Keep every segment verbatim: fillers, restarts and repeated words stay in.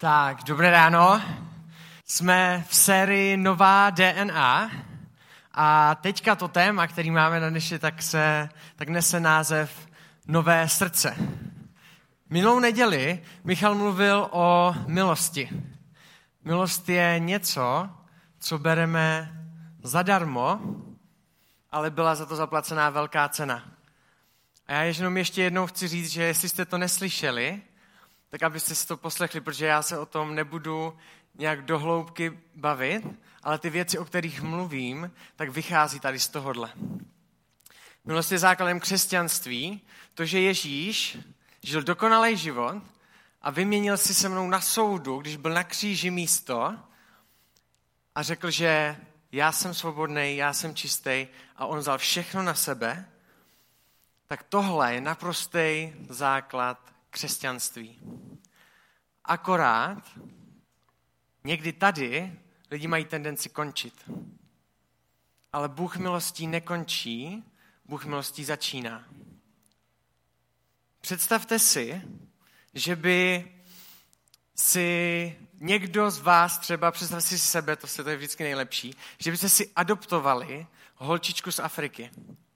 Tak, dobré ráno. Jsme v sérii Nová D N A a teďka to téma, který máme na dnešní, tak, se, tak nese název Nové srdce. Minulou neděli Michal mluvil o milosti. Milost je něco, co bereme zadarmo, ale byla za to zaplacená velká cena. A já jenom ještě jednou chci říct, že jestli jste to neslyšeli, tak abyste si to poslechli, protože já se o tom nebudu nějak do hloubky bavit, ale ty věci, o kterých mluvím, tak vychází tady z tohohle. Milost je základem křesťanství, to, že Ježíš žil dokonalý život a vyměnil si se mnou na soudu, když byl na kříži místo a řekl, že já jsem svobodný, já jsem čistý a on vzal všechno na sebe, tak tohle je naprostý základ křesťanství. Akorát někdy tady lidi mají tendenci končit. Ale Bůh milostí nekončí, Bůh milostí začíná. Představte si, že by si někdo z vás třeba, představte si sebe, to je vždycky nejlepší, že byste si adoptovali holčičku z Afriky.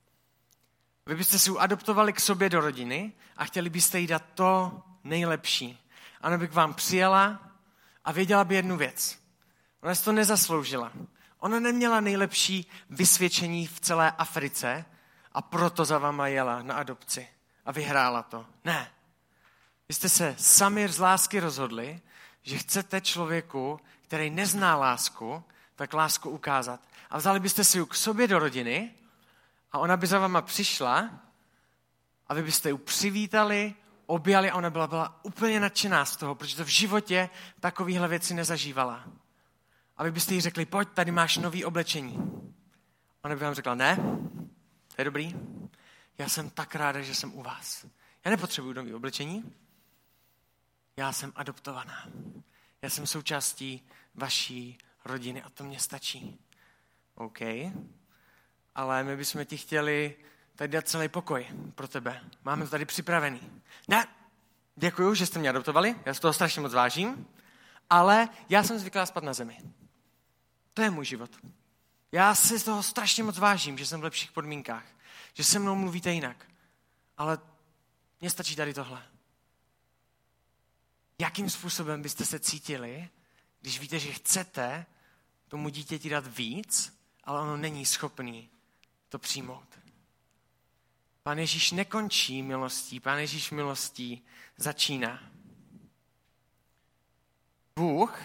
Vy byste si ji adoptovali k sobě do rodiny a chtěli byste jí dát to nejlepší. Ona by k vám přijela a věděla by jednu věc. Ona si to nezasloužila. Ona neměla nejlepší vysvědčení v celé Africe a proto za váma jela na adopci a vyhrála to. Ne. Vy jste se sami z lásky rozhodli, že chcete člověku, který nezná lásku, tak lásku ukázat. A vzali byste si ji k sobě do rodiny a ona by za váma přišla a vy byste ji přivítali, objali a ona byla, byla úplně nadšená z toho, protože to v životě takovýhle věci nezažívala. A vy byste jí řekli, pojď, tady máš nový oblečení. Ona by vám řekla, ne, to je dobrý, já jsem tak ráda, že jsem u vás. Já nepotřebuju nový oblečení, já jsem adoptovaná. Já jsem součástí vaší rodiny a to mě stačí. OK, ale my bychom ti chtěli tady dát celý pokoj pro tebe. Máme to tady připravený. Ne, děkuju, že jste mě adoptovali, já si toho strašně moc vážím, ale já jsem zvyklá spát na zemi. To je můj život. Já si z toho strašně moc vážím, že jsem v lepších podmínkách, že se mnou mluvíte jinak, ale mně stačí tady tohle. Jakým způsobem byste se cítili, když víte, že chcete tomu dítěti dát víc, ale ono není schopný to přijmout? Pán Ježíš nekončí milostí, Pán Ježíš milostí začíná. Bůh,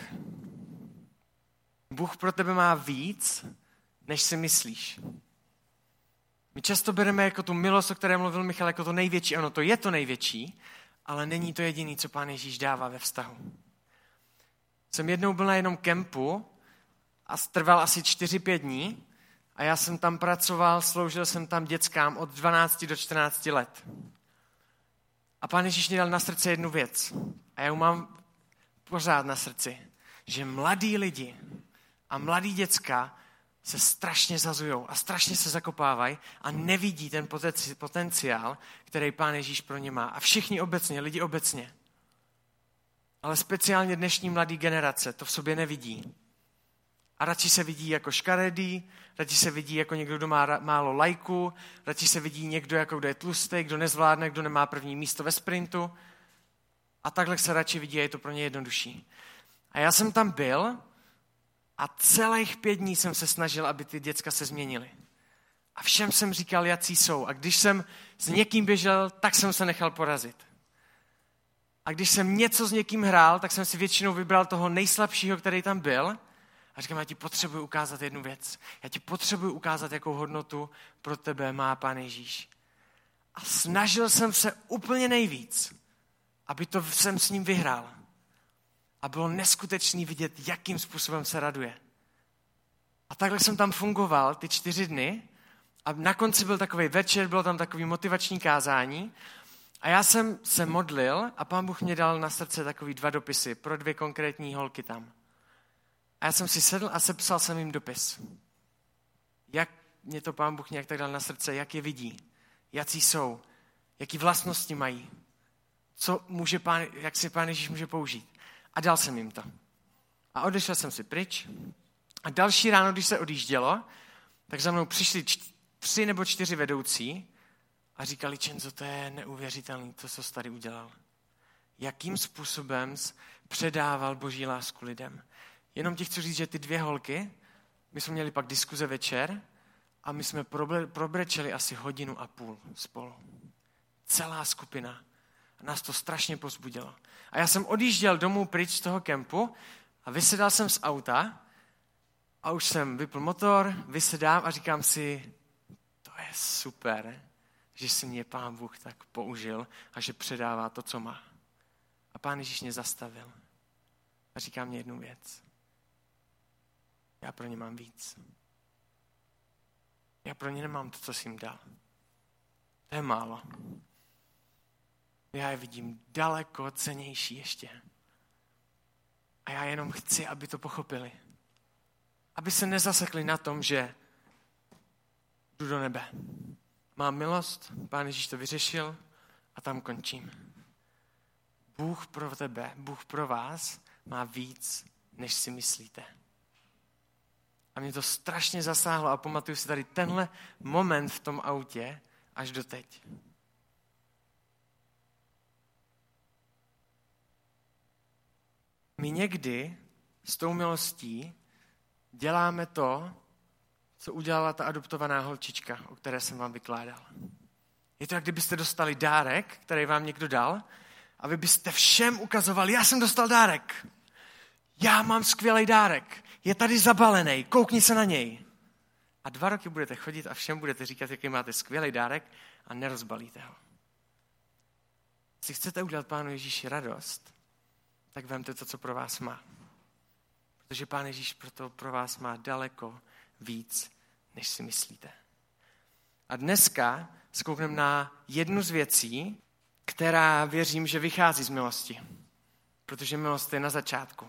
Bůh pro tebe má víc, než si myslíš. My často bereme jako tu milost, o které mluvil Michal, jako to největší. Ano, to je to největší, ale není to jediné, co Pán Ježíš dává ve vztahu. Jsem jednou byl na jednom kempu a trval asi čtyři pět dní a já jsem tam pracoval, sloužil jsem tam dětskám od dvanácti do čtrnácti let. A Pán Ježíš mě dal na srdce jednu věc a já ji mám pořád na srdci, že mladí lidi a mladí děcka se strašně zazujou a strašně se zakopávají a nevidí ten potenciál, který Pán Ježíš pro ně má. A všichni obecně, lidi obecně. Ale speciálně dnešní mladý generace to v sobě nevidí. A radši se vidí jako škaredý, radši se vidí jako někdo, kdo má málo lajků, radši se vidí někdo, jako kdo je tlustý, kdo nezvládne, kdo nemá první místo ve sprintu. A takhle se radši vidí a je to pro ně jednodušší. A já jsem tam byl a celých pět dní jsem se snažil, aby ty děcka se změnily. A všem jsem říkal, jací jsou. A když jsem s někým běžel, tak jsem se nechal porazit. A když jsem něco s někým hrál, tak jsem si většinou vybral toho nejslabšího, který tam byl. A říkám, já ti potřebuji ukázat jednu věc. Já ti potřebuji ukázat, jakou hodnotu pro tebe má Pán Ježíš. A snažil jsem se úplně nejvíc, aby to jsem s ním vyhrál. A bylo neskutečný vidět, jakým způsobem se raduje. A takhle jsem tam fungoval ty čtyři dny a na konci byl takový večer, bylo tam takový motivační kázání a já jsem se modlil a Pán Bůh mě dal na srdce takový dva dopisy pro dvě konkrétní holky tam. A já jsem si sedl a sepsal jsem jim dopis. Jak mě to Pán Bůh nějak tak dal na srdce, jak je vidí, jací jsou, jaký vlastnosti mají, co může pán, jak si Pán Ježíš může použít. A dal jsem jim to. A odešel jsem si pryč. A další ráno, když se odjíždělo, tak za mnou přišli č- tři nebo čtyři vedoucí a říkali, Čenzo, to je neuvěřitelný, to, co jsi tady udělal. Jakým způsobem jsi předával boží lásku lidem. Jenom ti chci říct, že ty dvě holky, my jsme měli pak diskuze večer a my jsme probrečeli asi hodinu a půl spolu. Celá skupina. A nás to strašně povzbudilo. A já jsem odjížděl domů pryč z toho kempu a vysedal jsem z auta a už jsem vypl motor, vysedám a říkám si, to je super, že si mě Pán Bůh tak použil a že předává to, co má. A Pán Ježíš mě zastavil a říká mě jednu věc. Já pro ně mám víc. Já pro ně nemám to, co jsi jim dal. To je málo. Já je vidím daleko cennější ještě. A já jenom chci, aby to pochopili. Aby se nezasekli na tom, že jdu do nebe. Mám milost, Pán Ježíš to vyřešil a tam končím. Bůh pro tebe, Bůh pro vás má víc, než si myslíte. A mě to strašně zasáhlo a pamatuju si tady tenhle moment v tom autě až do teď. My někdy s tou milostí děláme to, co udělala ta adoptovaná holčička, o které jsem vám vykládal. Je to, jak kdybyste dostali dárek, který vám někdo dal, a vy byste všem ukazovali, já jsem dostal dárek. Já mám skvělý dárek. Je tady zabalený, koukni se na něj. A dva roky budete chodit a všem budete říkat, jaký máte skvělý dárek a nerozbalíte ho. Jestli chcete udělat Pánu Ježíši radost, tak vemte to, co pro vás má. Protože Pán Ježíš proto pro vás má daleko víc, než si myslíte. A dneska zkoukneme na jednu z věcí, která věřím, že vychází z milosti. Protože milost je na začátku.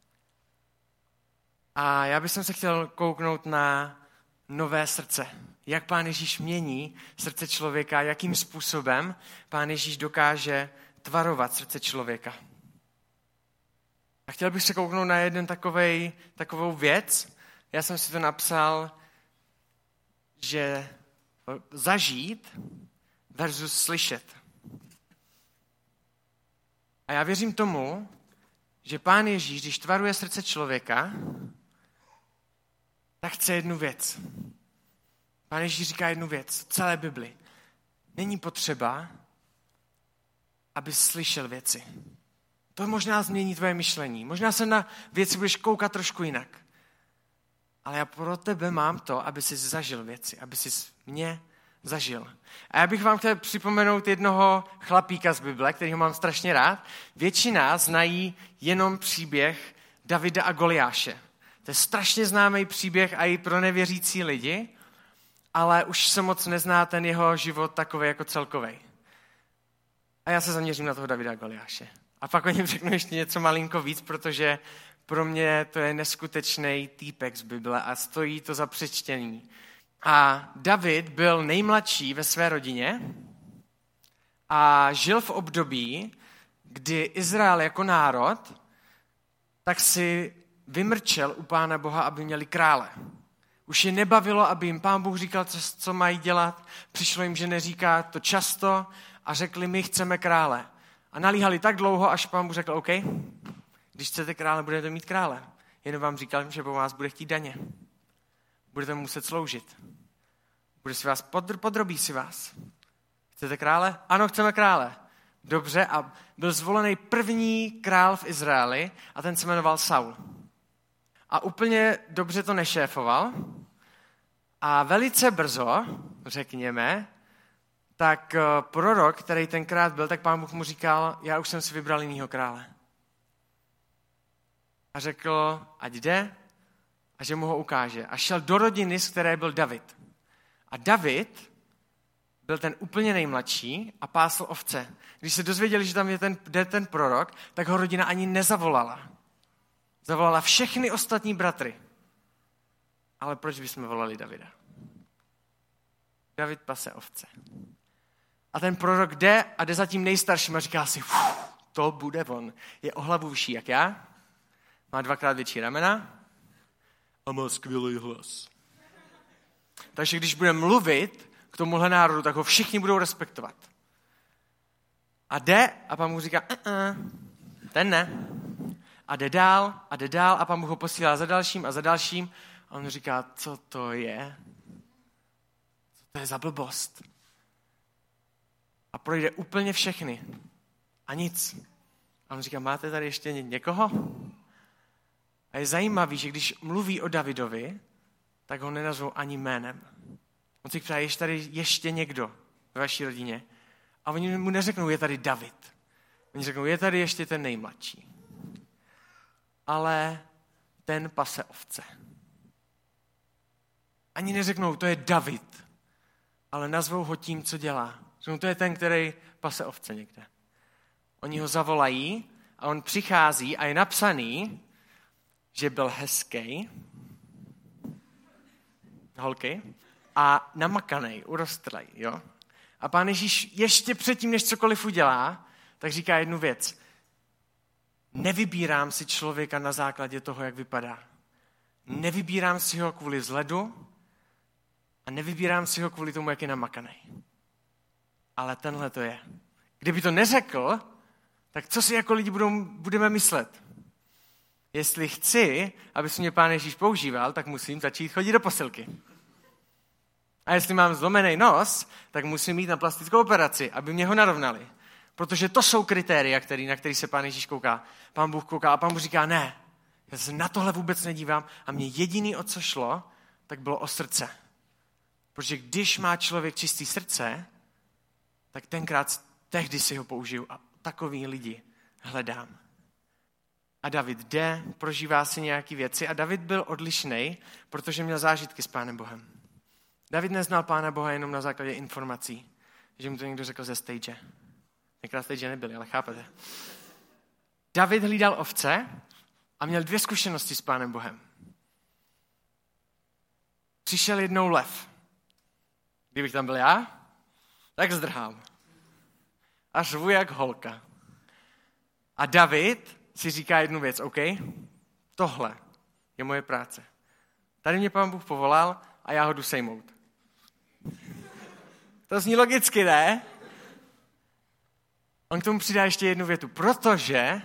A já bych se chtěl kouknout na nové srdce. Jak Pán Ježíš mění srdce člověka, jakým způsobem Pán Ježíš dokáže tvarovat srdce člověka. A chtěl bych se kouknout na jeden takovej, takovou věc. Já jsem si to napsal, že zažít versus slyšet. A já věřím tomu, že Pán Ježíš, když tvaruje srdce člověka, tak chce jednu věc. Pán Ježíš říká jednu věc v celé Bibli. Není potřeba, aby slyšel věci. To možná změní tvoje myšlení. Možná se na věci budeš koukat trošku jinak. Ale já pro tebe mám to, aby jsi zažil věci, aby jsi mě zažil. A já bych vám chtěl připomenout jednoho chlapíka z Bible, kterýho mám strašně rád. Většina znají jenom příběh Davida a Goliáše. To je strašně známý příběh a i pro nevěřící lidi, ale už se moc nezná ten jeho život takový jako celkovej. A já se zaměřím na toho Davida a Goliáše. A pak o něm řeknu ještě něco malinko víc, protože pro mě to je neskutečný týpek z Bible a stojí to za přečtení. A David byl nejmladší ve své rodině a žil v období, kdy Izrael jako národ tak si vymrčel u Pána Boha, aby měli krále. Už je nebavilo, aby jim Pán Bůh říkal, co, co mají dělat. Přišlo jim, že neříká to často a řekli, my chceme krále. A nalíhali tak dlouho, až Pán Bůh řekl, OK, když chcete krále, budete mít krále. Jenom vám říkal, že po vás bude chtít daně. Budete muset sloužit. Bude si vás, podr- podrobí si vás. Chcete krále? Ano, chceme krále. Dobře, a byl zvolený první král v Izraeli a ten se jmenoval Saul. A úplně dobře to nešéfoval. A velice brzo, řekněme, tak prorok, který tenkrát byl, tak Pán Bůh mu říkal, já už jsem si vybral jinýho krále. A řekl, ať jde a že mu ho ukáže. A šel do rodiny, z které byl David. A David byl ten úplně nejmladší a pásl ovce. Když se dozvěděli, že tam je ten, jde ten prorok, tak ho rodina ani nezavolala. Zavolala všechny ostatní bratry. Ale proč bychom volali Davida? David pase ovce. A ten prorok jde a jde za tím nejstarším a říká si, to bude on. Je o hlavu vyšší jak já, má dvakrát větší ramena a má skvělý hlas. Takže když bude mluvit k tomuhle národu, tak ho všichni budou respektovat. A jde a Pán Bůh říká, uh-uh, ten ne. A jde dál a jde dál a Pán Bůh ho posílá za dalším a za dalším. A on říká, co to je? Co to je za blbost? A projde úplně všechny. A nic. A on říká, máte tady ještě někoho? A je zajímavý, že když mluví o Davidovi, tak ho nenazvou ani jménem. On si ptá, je tady ještě někdo ve vaší rodině? A oni mu neřeknou, je tady David. Oni řeknou, je tady ještě ten nejmladší. Ale ten pase ovce. Ani neřeknou, to je David, ale nazvou ho tím, co dělá. Řeknou, to je ten, který pase ovce někde. Oni ho zavolají a on přichází a je napsaný, že byl hezký, holky, a namakanej, urostlej, jo. A Pán Ježíš ještě předtím, než cokoliv udělá, tak říká jednu věc. Nevybírám si člověka na základě toho, jak vypadá. Nevybírám si ho kvůli vzhledu a nevybírám si ho kvůli tomu, jak je namakanej. Ale tenhle to je. Kdyby to neřekl, tak co si jako lidi budou, budeme myslet? Jestli chci, aby se mě Pán Ježíš používal, tak musím začít chodit do posilky. A jestli mám zlomený nos, tak musím jít na plastickou operaci, aby mě ho narovnali. Protože to jsou kritéria, který, na který se Pán Ježíš kouká. Pán Bůh kouká a Pán Bůh říká, ne, já se na tohle vůbec nedívám a mě jediný, o co šlo, tak bylo o srdce. Protože když má člověk čistý srdce, tak tenkrát tehdy si ho použiju a takový lidi hledám. A David jde, prožívá si nějaké věci a David byl odlišnej, protože měl zážitky s Pánem Bohem. David neznal Pána Boha jenom na základě informací, že mu to někdo řekl ze stage. Některá stage nebyly, ale chápete. David hlídal ovce a měl dvě zkušenosti s Pánem Bohem. Přišel jednou lev. Kdybych tam byl já, tak zdrhám. A řvu jak holka. A David si říká jednu věc, OK, tohle je moje práce. Tady mě Pán Bůh povolal a já ho jdu sejmout. To zní logicky, ne? On k tomu přidá ještě jednu větu, protože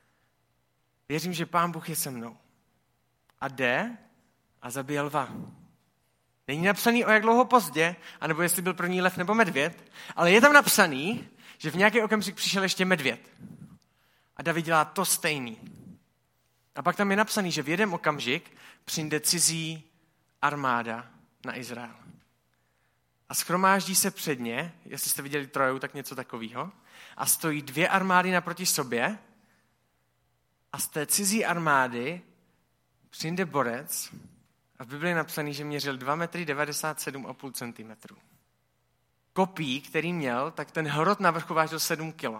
věřím, že Pán Bůh je se mnou. A jde a zabije lva. Není napsaný, o jak dlouho pozdě, anebo jestli byl první lev nebo medvěd, ale je tam napsaný, že v nějaký okamžik přišel ještě medvěd. A David dělá to stejný. A pak tam je napsaný, že v jeden okamžik přijde cizí armáda na Izrael. A schromáždí se před ně, jestli jste viděli Troju, tak něco takového, a stojí dvě armády naproti sobě a z té cizí armády přijde borec a v Biblii je napsaný, že měřil dva metry devadesát sedm a půl centimetru. Kopí, který měl, tak ten hrot na vrchu vážil sedm kilo.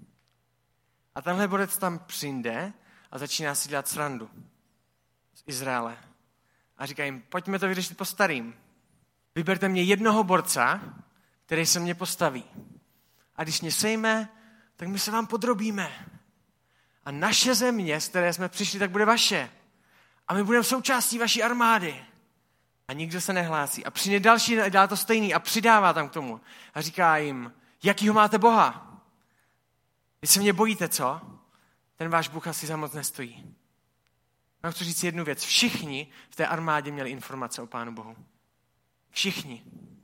A tenhle borec tam přijde a začíná si dělat srandu z Izraele. A říká jim, pojďme to vyřešit po starým. Vyberte mě jednoho borca, který se mě postaví. A když mě sejme, tak my se vám podrobíme. A naše země, z které jsme přišli, tak bude vaše. A my budeme součástí vaší armády. A nikdo se nehlásí. A přijde další a dělá to stejný a přidává tam k tomu. A říká jim, jakýho máte Boha? Vy se mě bojíte, co? Ten váš Bůh asi za moc nestojí. Mám chci říct jednu věc. Všichni v té armádě měli informace o Pánu Bohu. Všichni.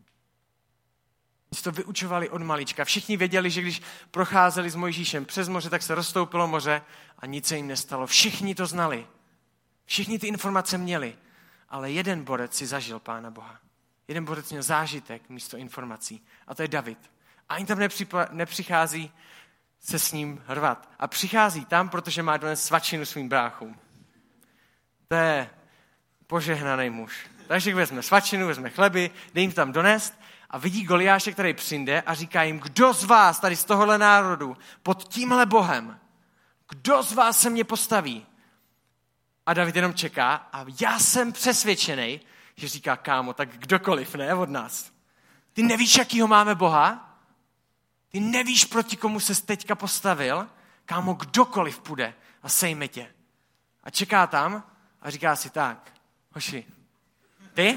Si to vyučovali od malička. Všichni věděli, že když procházeli s Mojžíšem přes moře, tak se rozstoupilo moře a nic se jim nestalo. Všichni to znali. Všichni ty informace měli. Ale jeden borec si zažil Pána Boha. Jeden borec měl zážitek místo informací. A to je David. A ani tam nepřipa- nepřichází se s ním hrvat. A přichází tam, protože má dones svačinu svým bráchům. To je požehnaný muž. Takže vezme svačinu, vezme chleby, dej jim tam donést a vidí Goliáše, který přijde a říká jim, kdo z vás tady z tohohle národu pod tímhle Bohem, kdo z vás se mě postaví? A David jenom čeká a já jsem přesvědčený, že říká, kámo, tak kdokoliv, ne, od nás. Ty nevíš, jakýho máme Boha? Ty nevíš, proti komu ses teďka postavil? Kámo, kdokoliv půjde a sejme tě. A čeká tam a říká si tak, hoši, ty?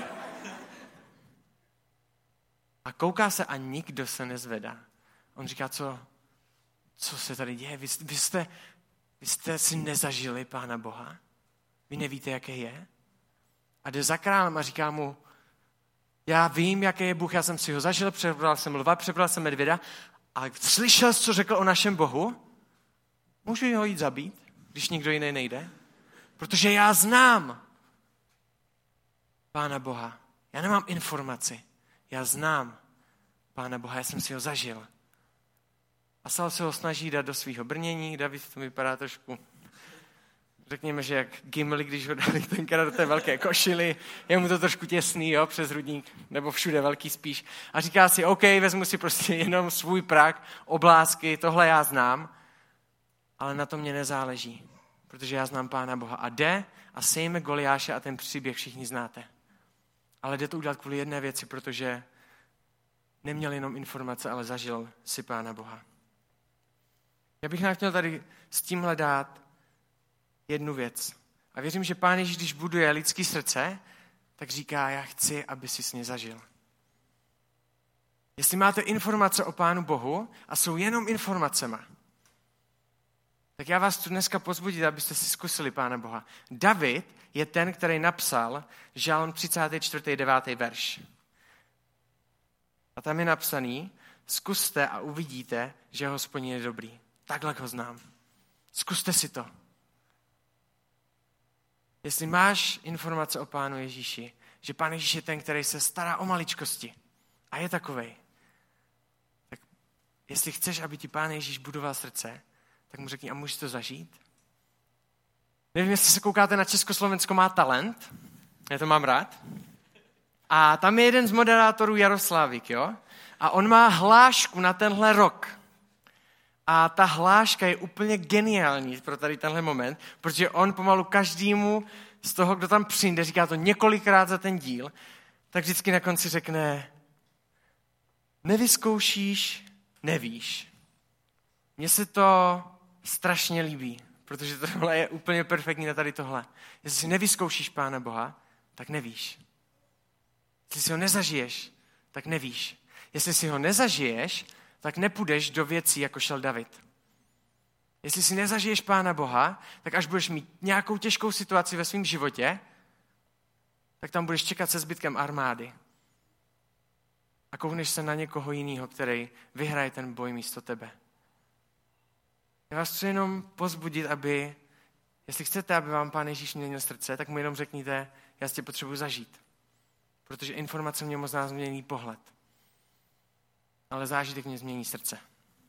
A kouká se a nikdo se nezvedá. On říká, co, co se tady děje? Vy, vy, jste, vy jste si nezažili Pána Boha? Vy nevíte, jaké je? A jde za králem a říká mu, já vím, jaký je Bůh, já jsem si ho zažil, přebral jsem lva, přebral jsem medvěda a slyšel jsi, co řekl o našem Bohu? Můžu ho jít zabít, když nikdo jiný nejde? Protože já znám Pána Boha. Já nemám informaci. Já znám Pána Boha, já jsem si ho zažil. A Saul se ho snaží dát do svého brnění. David to vypadá trošku, řekněme, že jak Gimli, když ho dali tenkrát do té velké košily, je mu to trošku těsný, jo, přes hrudník, nebo všude velký spíš. A říká si, OK, vezmu si prostě jenom svůj prak, oblásky, tohle já znám, ale na to mě nezáleží, protože já znám Pána Boha. A jde a sejme Goliáše a ten příběh všichni znáte. Ale jde to udělat kvůli jedné věci, protože neměl jenom informace, ale zažil si Pána Boha. Já bych nám chtěl tady s tímhle dát jednu věc. A věřím, že Pán Ježíš, když buduje lidský srdce, tak říká, já chci, aby si s ně zažil. Jestli máte informace o Pánu Bohu a jsou jenom informacema, tak já vás tu dneska pozbudit, abyste si zkusili Pána Boha. David je ten, který napsal Žalm třicátý čtvrtý devátý verš. A tam je napsaný, zkuste a uvidíte, že Hospodin je dobrý. Takhle ho znám. Zkuste si to. Jestli máš informace o Pánu Ježíši, že Pán Ježíš je ten, který se stará o maličkosti a je takovej, tak jestli chceš, aby ti Pán Ježíš budoval srdce, tak mu řekni, a můžeš to zažít? Nevím, jestli se koukáte na Československo má talent, já to mám rád. A tam je jeden z moderátorů Jaroslávik, jo? A on má hlášku na tenhle rok. A ta hláška je úplně geniální pro tady tenhle moment, protože on pomalu každému z toho, kdo tam přijde, říká to několikrát za ten díl, tak vždycky na konci řekne, nevyzkoušíš, nevíš. Mně se to strašně líbí, protože tohle je úplně perfektní na tady tohle. Jestli si nevyzkoušíš Pána Boha, tak nevíš. Jestli si ho nezažiješ, tak nevíš. Jestli si ho nezažiješ, tak nepůjdeš do věcí, jako šel David. Jestli si nezažiješ Pána Boha, tak až budeš mít nějakou těžkou situaci ve svém životě, tak tam budeš čekat se zbytkem armády. A koukneš se na někoho jiného, který vyhraje ten boj místo tebe. Já vás chci jenom pozbudit, aby, jestli chcete, aby vám Pán Ježíš měnil srdce, tak mu jenom řekněte, já tě potřebuji zažít. Protože informace mě možná změní pohled. Ale zážitek mě změní srdce.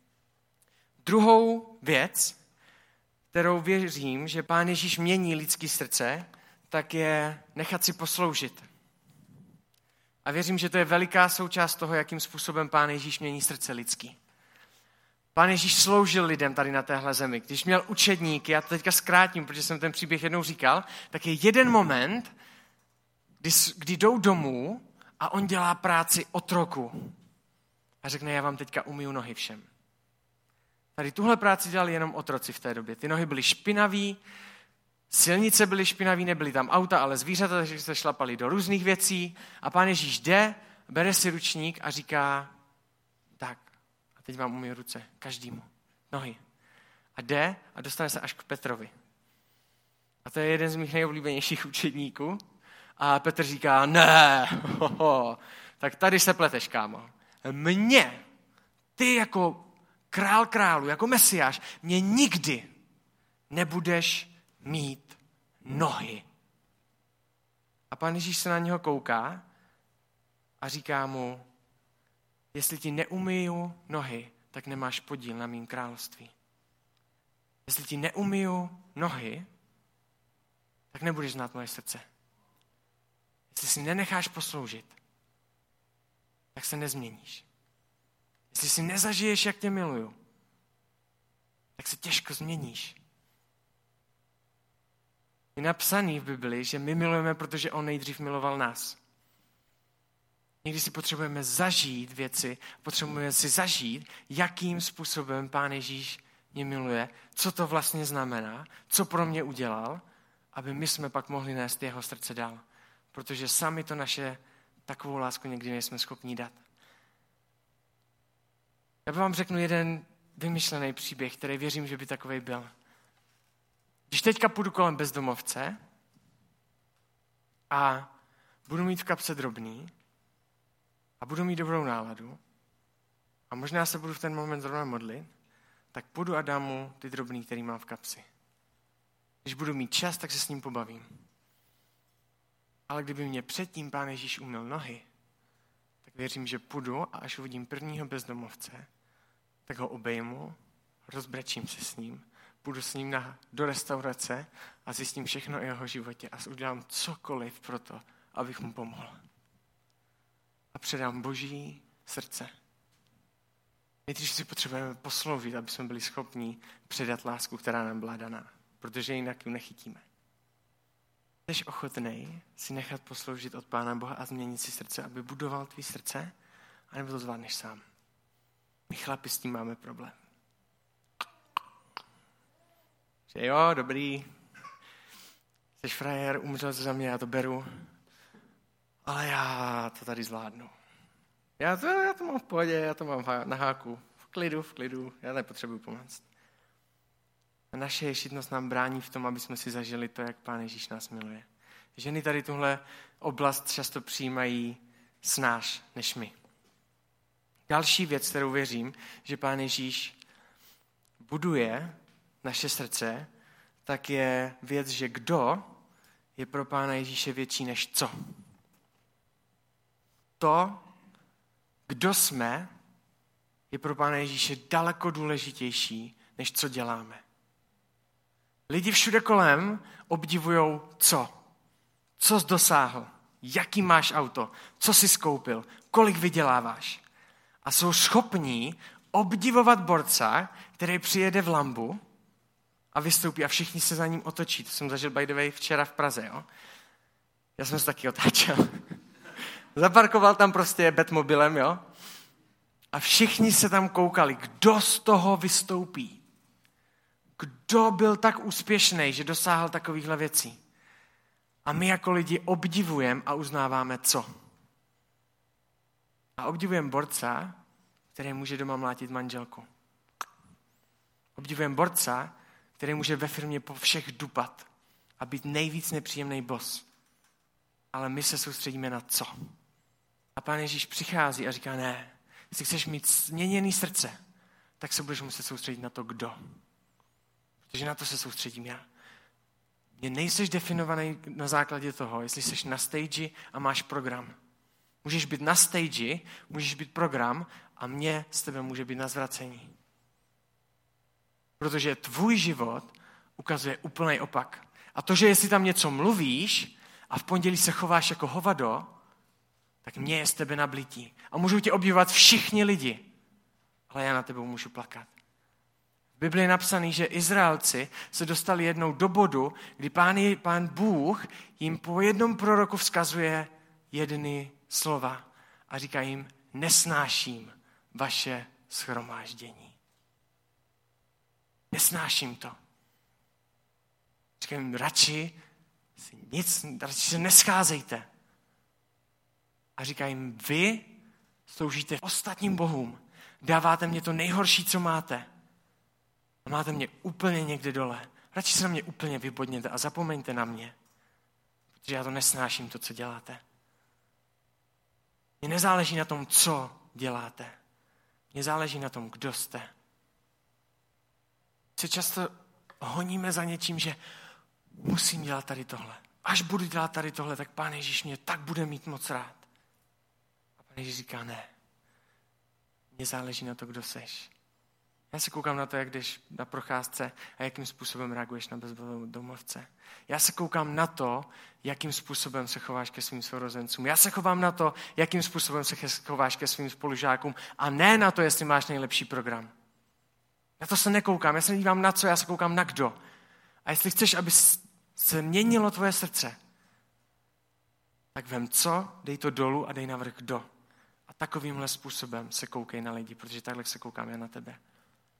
Druhou věc, kterou věřím, že Pán Ježíš mění lidský srdce, tak je nechat si posloužit. A věřím, že to je veliká součást toho, jakým způsobem Pán Ježíš mění srdce lidský. Pán Ježíš sloužil lidem tady na téhle zemi. Když měl učedníky, já to teďka zkrátím, protože jsem ten příběh jednou říkal, tak je jeden moment, kdy, kdy jdou domů a on dělá práci otroku. A řekne, já vám teďka umyju nohy všem. Tady tuhle práci dělali jenom otroci v té době. Ty nohy byly špinavý, silnice byly špinavý, nebyly tam auta, ale zvířata, takže se šlapali do různých věcí. A Pán Ježíš jde, bere si ručník a říká, tak, a teď vám umyju ruce, každému, nohy. A jde a dostane se až k Petrovi. A to je jeden z mých nejoblíbenějších učedníků. A Petr říká, ne, hoho, tak tady se pleteš, kámo. Mně, ty jako král králu, jako mesiáš, mě nikdy nebudeš mít nohy. A Pán Ježíš se na něho kouká a říká mu, jestli ti neumyju nohy, tak nemáš podíl na mým království. Jestli ti neumyju nohy, tak nebudeš znát moje srdce. Jestli si nenecháš posloužit, tak se nezměníš. Jestli si nezažiješ, jak tě miluju, tak se těžko změníš. Je napsaný v Bibli, že my milujeme, protože on nejdřív miloval nás. Někdy si potřebujeme zažít věci, potřebujeme si zažít, jakým způsobem Pán Ježíš mě miluje, co to vlastně znamená, co pro mě udělal, aby my jsme pak mohli nést jeho srdce dál. Protože sami to naše takovou lásku někdy nejsme schopni dát. Já vám řeknu jeden vymyšlený příběh, který věřím, že by takovej byl. Když teďka půjdu kolem bezdomovce a budu mít v kapse drobný a budu mít dobrou náladu a možná se budu v ten moment zrovna modlit, tak půjdu a dám mu ty drobný, který mám v kapsi. Když budu mít čas, tak se s ním pobavím. Ale kdyby mě předtím Pán Ježíš umyl nohy, tak věřím, že půjdu a až uvidím prvního bezdomovce, tak ho obejmu, rozbrečím se s ním, půjdu s ním na, do restaurace a zjistím všechno o jeho životě a udělám cokoliv pro to, abych mu pomohl. A předám Boží srdce. Nejdřív si potřebujeme posloužit, aby jsme byli schopni předat lásku, která nám byla daná, protože jinak ji nechytíme. Jsi ochotnej si nechat posloužit od Pána Boha a změnit si srdce, aby budoval tvý srdce, anebo to zvládneš sám? My chlapi s tím máme problém. Že jo, dobrý, jsi frajer, umřel jsi za mě, já to beru, ale já to tady zvládnu. Já to, já to mám v pohodě, já to mám na háku, v klidu, v klidu, já nepotřebuji pomoct. A naše ješitnost nám brání v tom, aby jsme si zažili to, jak Pán Ježíš nás miluje. Ženy tady tuhle oblast často přijímají snáš než my. Další věc, kterou věřím, že Pán Ježíš buduje naše srdce, tak je věc, že kdo je pro Pána Ježíše větší než co. To, kdo jsme, je pro Pána Ježíše daleko důležitější, než co děláme. Lidi všude kolem obdivujou co? Co jsi dosáhl? Jaký máš auto? Co jsi skoupil? Kolik vyděláváš? A jsou schopní obdivovat borca, který přijede v Lambu a vystoupí a všichni se za ním otočí. To jsem zažil by the way včera v Praze. Jo? Já jsem se taky otáčel. Zaparkoval tam prostě Batmobilem, jo? A všichni se tam koukali, kdo z toho vystoupí. Kdo byl tak úspěšný, že dosáhl takovýchhle věcí. A my jako lidi obdivujeme a uznáváme co. A obdivujeme borca, který může doma mlátit manželku. Obdivujeme borca, který může ve firmě po všech dupat a být nejvíc nepříjemný boss. Ale my se soustředíme na co. A Pán Ježíš přichází a říká, ne, jestli chceš mít změněný srdce, tak se budeš muset soustředit na to, kdo. Protože na to se soustředím já. Mě nejseš definovaný na základě toho, jestli jsi na stage a máš program. Můžeš být na stage, můžeš být program a mě z tebe může být na zvracení. Protože tvůj život ukazuje úplný opak. A to, že jestli tam něco mluvíš a v pondělí se chováš jako hovado, tak mě je z tebe nablití. A můžou tě obdivovat všichni lidi, ale já na tebou můžu plakat. V Biblii je napsaný, že Izraelci se dostali jednou do bodu, kdy pán, pán Bůh jim po jednom proroku vzkazuje jedny slova a říká jim, nesnáším vaše shromáždění. Nesnáším to. Říká jim, radši si nic, radši se nescházejte. A říká jim, vy sloužíte ostatním bohům, dáváte mě to nejhorší, co máte. A máte mě úplně někde dole. Radši se na mě úplně vybodněte a zapomeňte na mě. Protože já to nesnáším, to, co děláte. Mně nezáleží na tom, co děláte. Mně záleží na tom, kdo jste. Se často honíme za něčím, že musím dělat tady tohle. Až budu dělat tady tohle, tak Pán Ježíš mě tak bude mít moc rád. A Pán Ježíš říká, ne. Mně záleží na to, kdo seš. Já se koukám na to, jak jdeš na procházce a jakým způsobem reaguješ na bezdomovce. Já se koukám na to, jakým způsobem se chováš ke svým sourozencům. Já se chovám na to, jakým způsobem se chováš ke svým spolužákům a ne na to, jestli máš nejlepší program. Na to se nekoukám, já se nedívám na co, já se koukám na kdo. A jestli chceš, aby se měnilo tvoje srdce, tak vem co, dej to dolů a dej navrch kdo. A takovýmhle způsobem se koukej na lidi, protože takhle se koukám já na tebe.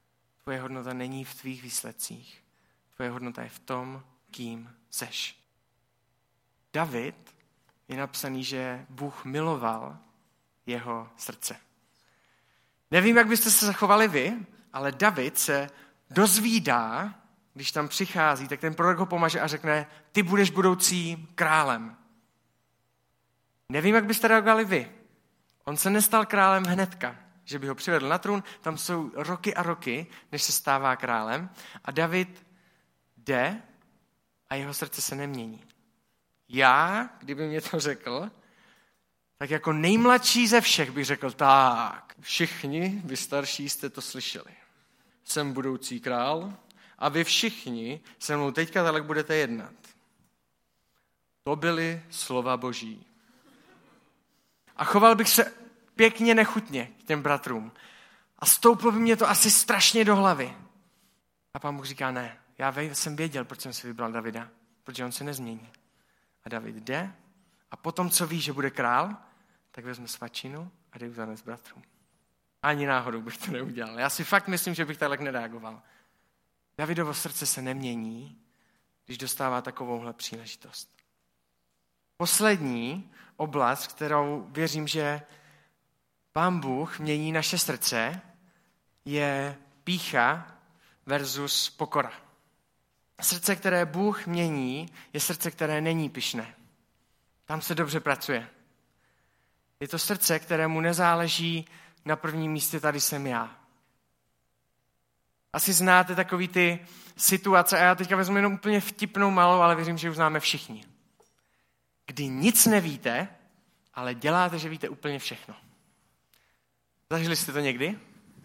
tvoje hodnota není v tvých výsledcích. Tvoje hodnota je v tom, kým seš. David je napsaný, že Bůh miloval jeho srdce. Nevím, jak byste se zachovali vy, ale David se dozvídá, když tam přichází, tak ten prorok ho pomaže a řekne, ty budeš budoucí králem. Nevím, jak byste reagovali vy. On se nestal králem hnedka, že by ho přivedl na trůn, tam jsou roky a roky, než se stává králem a David jde a jeho srdce se nemění. Já, kdyby mě to řekl, tak jako nejmladší ze všech bych řekl, tak, všichni vy starší jste to slyšeli. Jsem budoucí král a vy všichni se mnou teďka tak budete jednat. To byly slova Boží. A choval bych se pěkně nechutně k těm bratrům. A stouplo by mě to asi strašně do hlavy. A Pán Bůh říká, ne, já jsem věděl, proč jsem si vybral Davida, protože on se nezmění. A David jde a potom, co ví, že bude král, tak vezme svačinu a jde zanést bratrům. Ani náhodou bych to neudělal. Já si fakt myslím, že bych tak nereagoval. Davidovo srdce se nemění, když dostává takovouhle příležitost. Poslední oblast, kterou věřím, že Pán Bůh mění naše srdce, je pýcha versus pokora. Srdce, které Bůh mění, je srdce, které není pyšné. Tam se dobře pracuje. Je to srdce, kterému nezáleží na prvním místě, tady jsem já. Asi znáte takový ty situace, a já teďka vezmu jenom úplně vtipnou malou, ale věřím, že už známe všichni. Kdy nic nevíte, ale děláte, že víte úplně všechno. Zažili jste to někdy?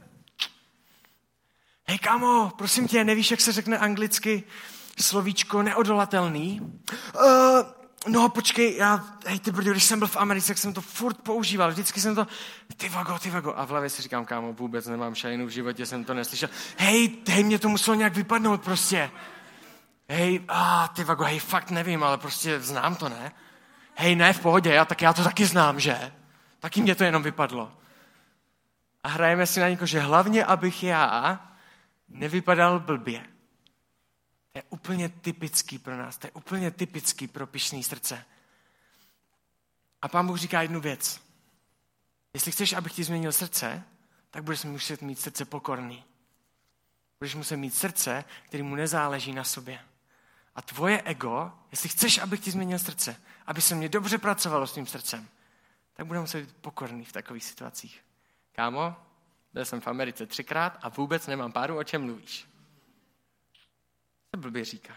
Hej kámo, prosím tě, nevíš, jak se řekne anglicky slovíčko neodolatelný? Uh, no počkej, já, hej ty brdo, když jsem byl v Americe, tak jsem to furt používal, vždycky jsem to, ty vago, ty vago, a v hlavě si říkám, kámo, vůbec nemám šajnu, v životě jsem to neslyšel. Hej, hej, mě to muselo nějak vypadnout prostě. Hej, a ty vago, hej, fakt nevím, ale prostě znám to, ne? Hej, ne, v pohodě, já, tak já to taky znám, že? Taky mě to jenom vypadlo. A hrajeme si na někoho, že hlavně, abych já nevypadal blbě. To je úplně typický pro nás, to je úplně typický pro pyšné srdce. A Pán Bůh říká jednu věc. Jestli chceš, abych ti změnil srdce, tak budeš muset mít srdce pokorný. Budeš muset mít srdce, který mu nezáleží na sobě. A tvoje ego, jestli chceš, abych ti změnil srdce, aby se mě dobře pracovalo s tím srdcem, tak budeme muset být pokorný v takových situacích. Kámo, byl jsem v Americe třikrát a vůbec nemám páru, o čem mluvíš. To blbě říká.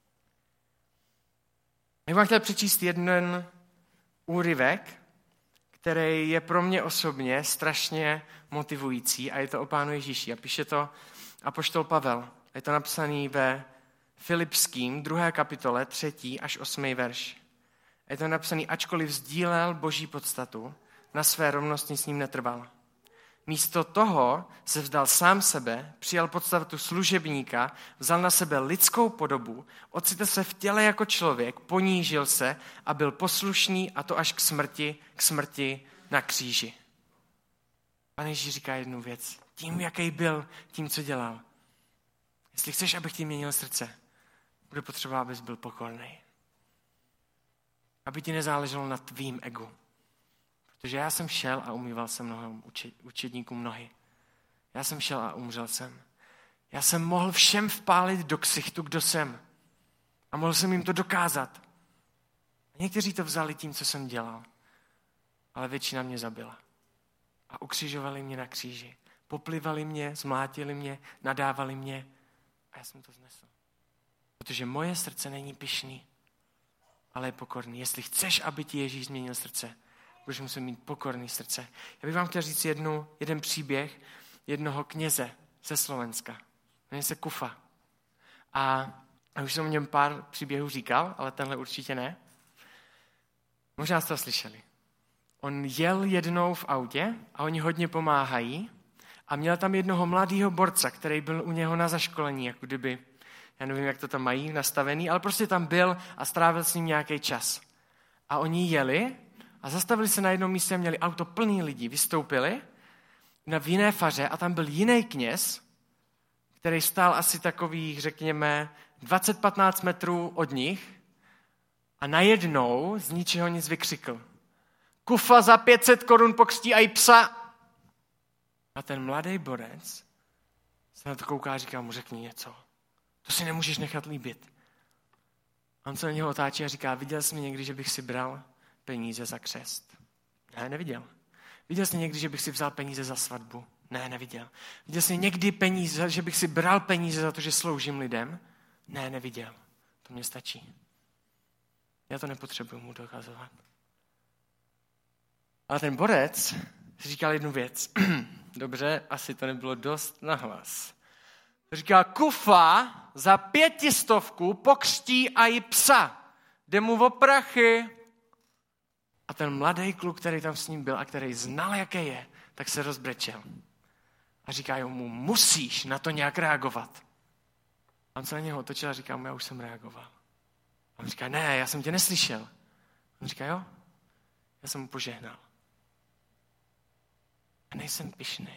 Já vám chtěl přečíst jeden úryvek, který je pro mě osobně strašně motivující a je to o Pánu Ježíši. A píše to apoštol Pavel. Je to napsaný ve Filipským, druhé kapitole, třetí až osmý verš. Je to napsaný, ačkoliv sdílel Boží podstatu, na své rovnosti s ním netrval. Místo toho se vzdal sám sebe, přijal podstatu služebníka, vzal na sebe lidskou podobu, ocitl se v těle jako člověk, ponížil se a byl poslušný, a to až k smrti, k smrti na kříži. Pane Ježíš říká jednu věc. Tím, jaký byl, tím, co dělal. Jestli chceš, abych ti měnil srdce, bude potřeba, abys byl pokorný. Aby ti nezáleželo na tvým egu. Protože já jsem šel a umýval jsem mnohým učedníkům nohy. Já jsem šel a umřel jsem. Já jsem mohl všem vpálit do ksichtu, kdo jsem. A mohl jsem jim to dokázat. A někteří to vzali tím, co jsem dělal. Ale většina mě zabila. A ukřižovali mě na kříži. Poplivali mě, zmlátili mě, nadávali mě. A já jsem to znesl. Protože moje srdce není pyšný, ale je pokorný. Jestli chceš, aby ti Ježíš změnil srdce, budeš muset mít pokorný srdce. Já bych vám chtěl říct jednu, jeden příběh jednoho kněze ze Slovenska. Jmenuje se Kufa. A, a už jsem o něm pár příběhů říkal, ale tenhle určitě ne. Možná jste to slyšeli. On jel jednou v autě a oni hodně pomáhají a měl tam jednoho mladého borca, který byl u něho na zaškolení, jako kdyby, já nevím, jak to tam mají nastavený, ale prostě tam byl a strávil s ním nějaký čas. A oni jeli a zastavili se na jednom místě a měli auto plný lidí. Vystoupili na v jiné faře a tam byl jiný kněz, který stál asi takových, řekněme, dvacet patnáct metrů od nich a najednou z ničeho nic vykřikl. Kufa za pět set korun pokřtí aj psa. A ten mladý borec se na to kouká a říká mu, řekni něco. To si nemůžeš nechat líbit. A on se na něho otáčí a říká, viděl jsi mě někdy, že bych si bral peníze za křest? Ne, neviděl. Viděl jsi někdy, že bych si vzal peníze za svatbu? Ne, neviděl. Viděl jsi někdy peníze, že bych si bral peníze za to, že sloužím lidem? Ne, neviděl. To mě stačí. Já to nepotřebuji mu dokazovat. Ale ten borec si říkal jednu věc. Dobře, asi to nebylo dost nahlas. Říká, kufa za pětistovku pokřtí aj psa. Jde mu o prachy. A ten mladý kluk, který tam s ním byl a který znal, jaké je, tak se rozbrečel. A říká mu, musíš na to nějak reagovat. A on se na něho otočil a říká mu, já už jsem reagoval. A on říká, ne, já jsem tě neslyšel. A on říká, jo, já jsem mu požehnal. A nejsem pyšnej.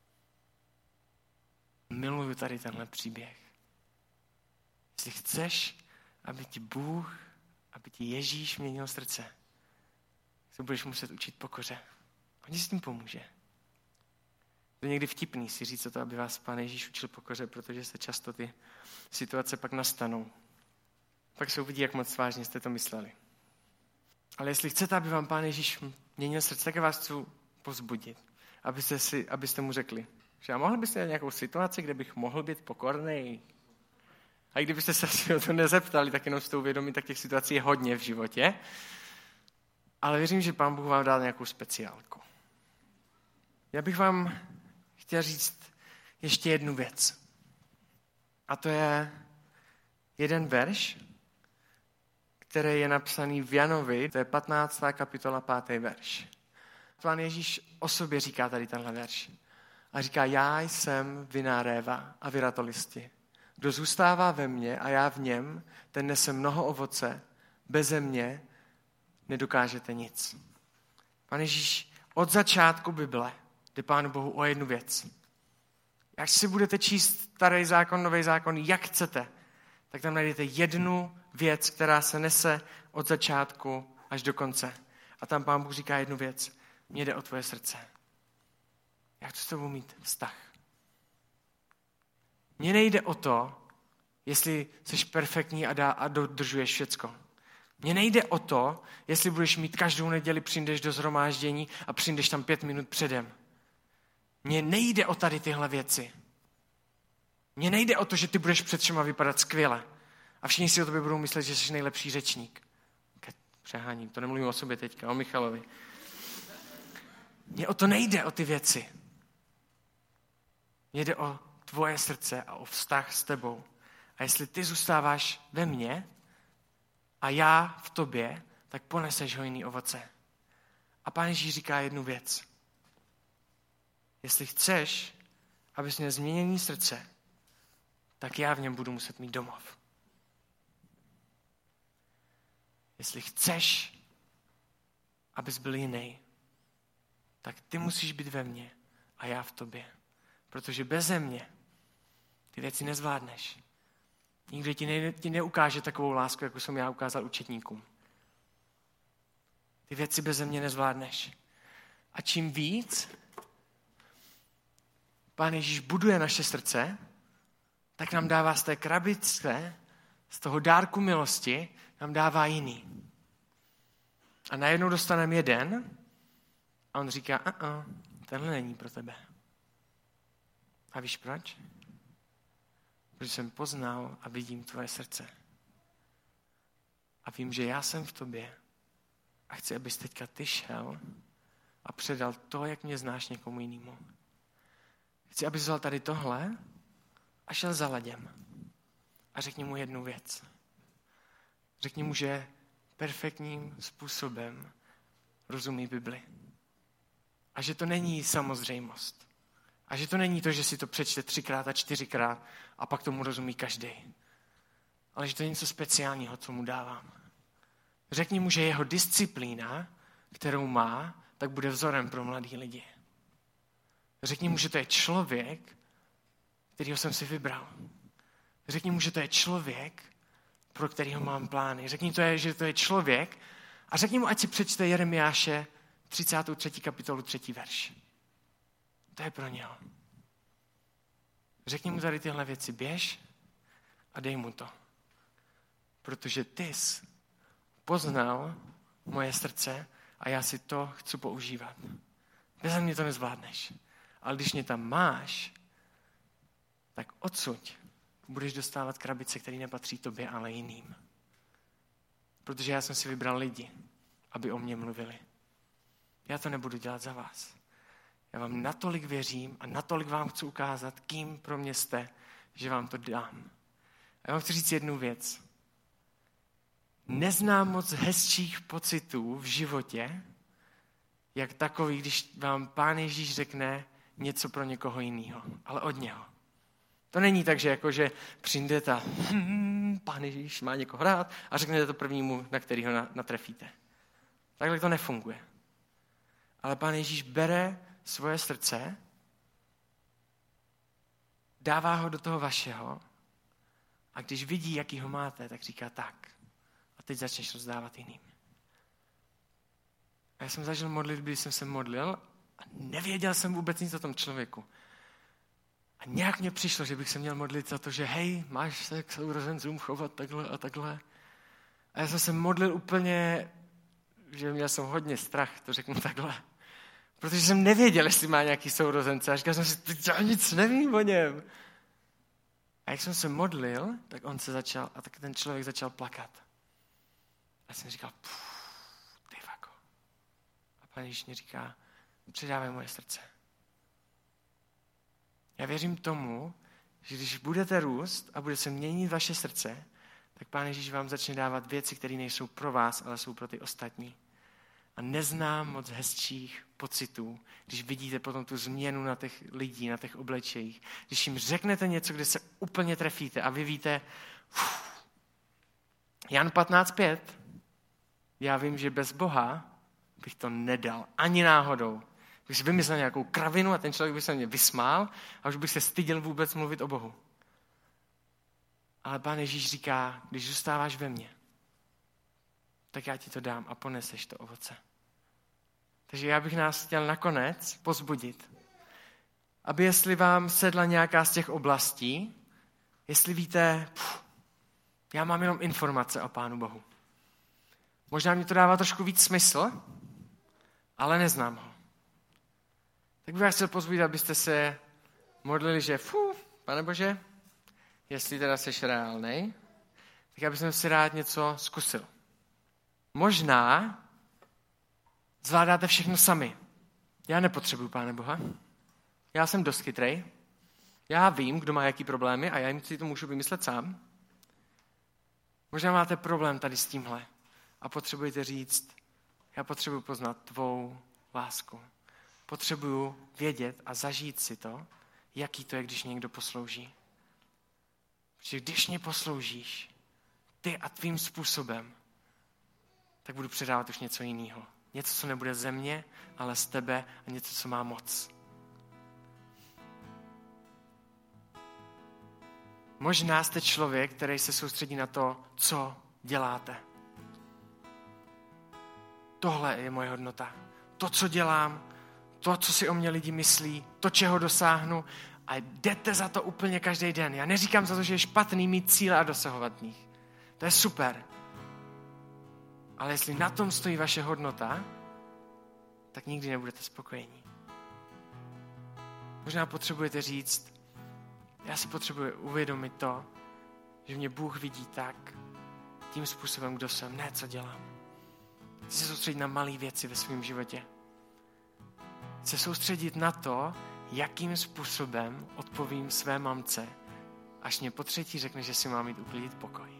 Miluju tady tenhle příběh. Jestli chceš, aby ti Bůh, aby ti Ježíš měnil srdce, se budeš muset učit pokoře. On ti s tím pomůže. To je někdy vtipný si říct o to, aby vás Pán Ježíš učil pokoře, protože se často ty situace pak nastanou. Pak se uvidí, jak moc vážně jste to mysleli. Ale jestli chcete, aby vám Pán Ježíš měnil srdce, tak vás chci povzbudit, abyste, si, abyste mu řekli, že a mohli byste mít nějakou situaci, kde bych mohl být pokorný. A kdybyste se asi o to nezeptali, tak jenom si to uvědomit, tak těch situací je hodně v životě. Ale věřím, že Pán Bůh vám dal nějakou speciálku. Já bych vám chtěl říct ještě jednu věc. A to je jeden verš, který je napsaný v Janovi, to je patnáctá kapitola, pátý verš. Pán Ježíš o sobě říká tady tenhle verš. A říká, já jsem vina réva a vyratolisti. Kdo zůstává ve mně a já v něm, ten nese mnoho ovoce, beze mě nedokážete nic. Pán Ježíš od začátku Bible jde Pánu Bohu o jednu věc. Až si budete číst starý zákon, nový zákon, jak chcete, tak tam najdete jednu věc, která se nese od začátku až do konce. A tam Pán Bůh říká jednu věc. Mně jde o tvoje srdce. Já chci s tebou mít vztah. Mně nejde o to, jestli jsi perfektní a, dá, a dodržuješ všecko. Mně nejde o to, jestli budeš mít každou neděli, přijdeš do shromáždění a přijdeš tam pět minut předem. Mně nejde o tady tyhle věci. Mně nejde o to, že ty budeš před všema vypadat skvěle. A všichni si o tobě budou myslet, že jsi nejlepší řečník. Přeháním, to nemluvím o sobě teďka, o Michalovi. Mně o to nejde, o ty věci. Mně jde o tvoje srdce a o vztah s tebou. A jestli ty zůstáváš ve mně a já v tobě, tak poneseš hojný ovoce. A Pán Ježíš říká jednu věc. Jestli chceš, abys měl změněné srdce, tak já v něm budu muset mít domov. Jestli chceš, abys byl jiný, tak ty musíš být ve mně a já v tobě. Protože beze mě ty věci nezvládneš. Nikdo ti, ne, ti neukáže takovou lásku, jako jsem já ukázal učetníkům. Ty věci beze mě nezvládneš. A čím víc Pán Ježíš buduje naše srdce, tak nám dává z té krabice, z toho dárku milosti, nám dává jiný. A najednou dostaneme jeden a on říká, a a, tenhle není pro tebe. A víš proč? Protože jsem poznal a vidím tvoje srdce. A vím, že já jsem v tobě a chci, abys teďka ty šel a předal to, jak mě znáš, někomu jinému. Chci, abys vzal tady tohle a šel za Laděm. A řekni mu jednu věc. Řekni mu, že perfektním způsobem rozumí Bibli. A že to není samozřejmost. A že to není to, že si to přečte třikrát a čtyřikrát a pak tomu rozumí každý. Ale že to je něco speciálního, co mu dávám. Řekni mu, že jeho disciplína, kterou má, tak bude vzorem pro mladý lidi. Řekni mu, že to je člověk, kterýho jsem si vybral. Řekni mu, že to je člověk, pro kterýho mám plány. Řekni to je, že to je člověk a řekni mu, ať si přečte Jeremiáše třicátou třetí kapitolu třetí verš. To je pro něho. Řekni mu tady tyhle věci, běž a dej mu to. Protože ty jsi poznal moje srdce a já si to chci používat. Beze mě to nezvládneš. Ale když mě tam máš, tak odsud budeš dostávat krabice, které nepatří tobě, ale jiným. Protože já jsem si vybral lidi, aby o mně mluvili. Já to nebudu dělat za vás. Já vám natolik věřím a natolik vám chci ukázat, kým pro mě jste, že vám to dám. A já vám chci říct jednu věc. Neznám moc hezčích pocitů v životě, jak takový, když vám Pán Ježíš řekne něco pro někoho jiného, ale od něho. To není tak, že, jako, že přijdete a hm, Pán Ježíš má někoho rád a řeknete to prvnímu, na kterýho natrefíte. Takhle to nefunguje. Ale Pán Ježíš bere svoje srdce, dává ho do toho vašeho a když vidí, jaký ho máte, tak říká tak. A teď začneš rozdávat jiným. A já jsem zažil modlitby, když jsem se modlil a nevěděl jsem vůbec nic o tom člověku. A nějak mě přišlo, že bych se měl modlit za to, že hej, máš se k sourozencům chovat takhle a takhle. A já jsem se modlil úplně, že měl jsem hodně strach, to řeknu takhle. Protože jsem nevěděl, jestli má nějaký sourozence. A říkal jsem si, já nic nevím o něm. A jak jsem se modlil, tak on se začal, a tak ten člověk začal plakat. A jsem říkal, ty vako. A Pán Ježíš mi říká, předávej moje srdce. Já věřím tomu, že když budete růst a bude se měnit vaše srdce, tak Pán Ježíš vám začne dávat věci, které nejsou pro vás, ale jsou pro ty ostatní. A neznám moc hezčích pocitů, když vidíte potom tu změnu na těch lidí, na těch oblečejích. Když jim řeknete něco, kde se úplně trefíte a vy víte, uf, Jan patnáct pět, já vím, že bez Boha bych to nedal, ani náhodou. Bych si vymyslel nějakou kravinu a ten člověk by se mě vysmál a už bych se styděl vůbec mluvit o Bohu. Ale Pán Ježíš říká, když zůstáváš ve mně, tak já ti to dám a poneseš to ovoce. Takže já bych nás chtěl nakonec pozbudit, aby jestli vám sedla nějaká z těch oblastí, jestli víte, pff, já mám jenom informace o Pánu Bohu. Možná mi to dává trošku víc smysl, ale neznám ho. Tak bych vás chtěl pozbudit, abyste se modlili, že fu, Pane Bože, jestli teda seš reálnej, tak já bych si rád něco zkusil. Možná zvládáte všechno sami. Já nepotřebuju Pána Boha. Já jsem dost chytrej. Já vím, kdo má jaký problémy a já jim si to můžu vymyslet sám. Možná máte problém tady s tímhle a potřebujete říct, já potřebuji poznat tvou lásku. Potřebuju vědět a zažít si to, jaký to je, když někdo poslouží. Protože když mě posloužíš, ty a tvým způsobem, tak budu předávat už něco jiného. Něco, co nebude ze mě, ale z tebe a něco, co má moc. Možná jste člověk, který se soustředí na to, co děláte. Tohle je moje hodnota. To, co dělám, to, co si o mě lidi myslí, to, čeho dosáhnu a jdete za to úplně každý den. Já neříkám za to, že je špatný mít cíle a dosahovat nich. To je super. Ale jestli na tom stojí vaše hodnota, tak nikdy nebudete spokojení. Možná potřebujete říct, já si potřebuji uvědomit to, že mě Bůh vidí tak, tím způsobem, kdo jsem, ne co dělám. Chci se soustředit na malé věci ve svém životě. Chci se soustředit na to, jakým způsobem odpovím své mamce, až mě po třetí řekne, že si mám mít uklidit pokoj.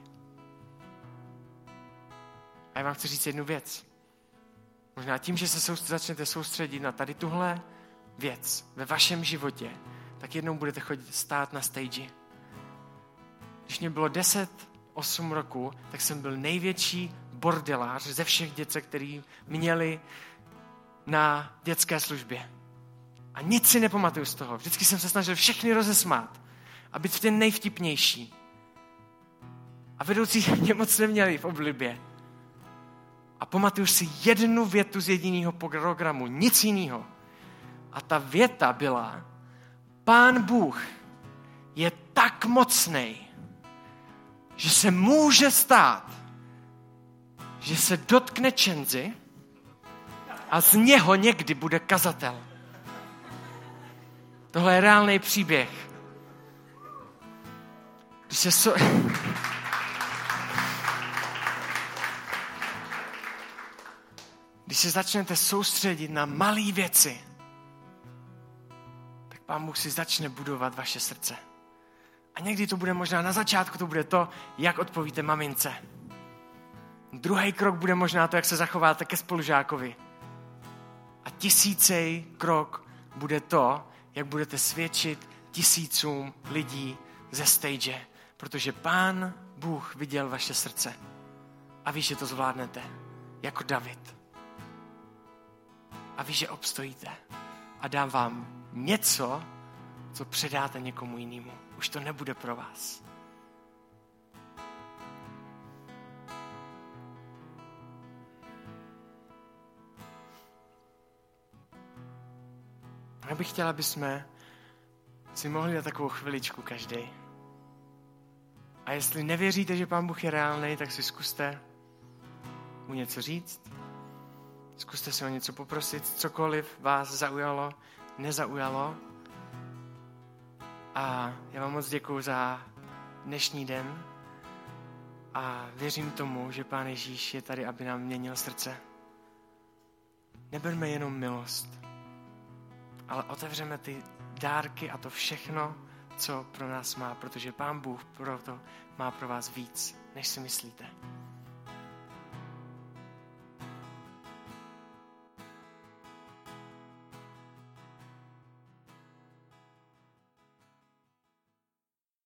A já vám chci říct jednu věc. Možná tím, že se soustředit, začnete soustředit na tady tuhle věc ve vašem životě, tak jednou budete chodit stát na stage. Když mě bylo deset, osm roku, tak jsem byl největší bordelář ze všech dětek, který měli na dětské službě. A nic si nepamatuju z toho. Vždycky jsem se snažil všechny rozesmát. a být v ten nejvtipnější. A vedoucí mě moc neměli v oblibě. A pamatuju si jednu větu z jediného programu, nic jiného. A ta věta byla, Pán Bůh je tak mocnej, že se může stát, že se dotkne čenzy a z něho někdy bude kazatel. Tohle je reálný příběh. Když se so... Když se začnete soustředit na malé věci, tak Pán Bůh si začne budovat vaše srdce. A někdy to bude možná na začátku, to bude to, jak odpovíte mamince. Druhý krok bude možná to, jak se zachováte ke spolužákovi. A tisícej krok bude to, jak budete svědčit tisícům lidí ze stage. Protože Pán Bůh viděl vaše srdce. A ví, že to zvládnete. Jako David. A ví, že obstojíte. A dám vám něco, co předáte někomu jinému. Už to nebude pro vás. Já bych chtěla, aby jsme si mohli dát takovou chviličku každý. A jestli nevěříte, že Pán Bůh je reálný, tak si zkuste mu něco říct. Zkuste se o něco poprosit, cokoliv vás zaujalo, nezaujalo. A já vám moc děkuju za dnešní den a věřím tomu, že Pán Ježíš je tady, aby nám měnil srdce. Neberme jenom milost, ale otevřeme ty dárky a to všechno, co pro nás má, protože Pán Bůh proto má pro vás víc, než si myslíte.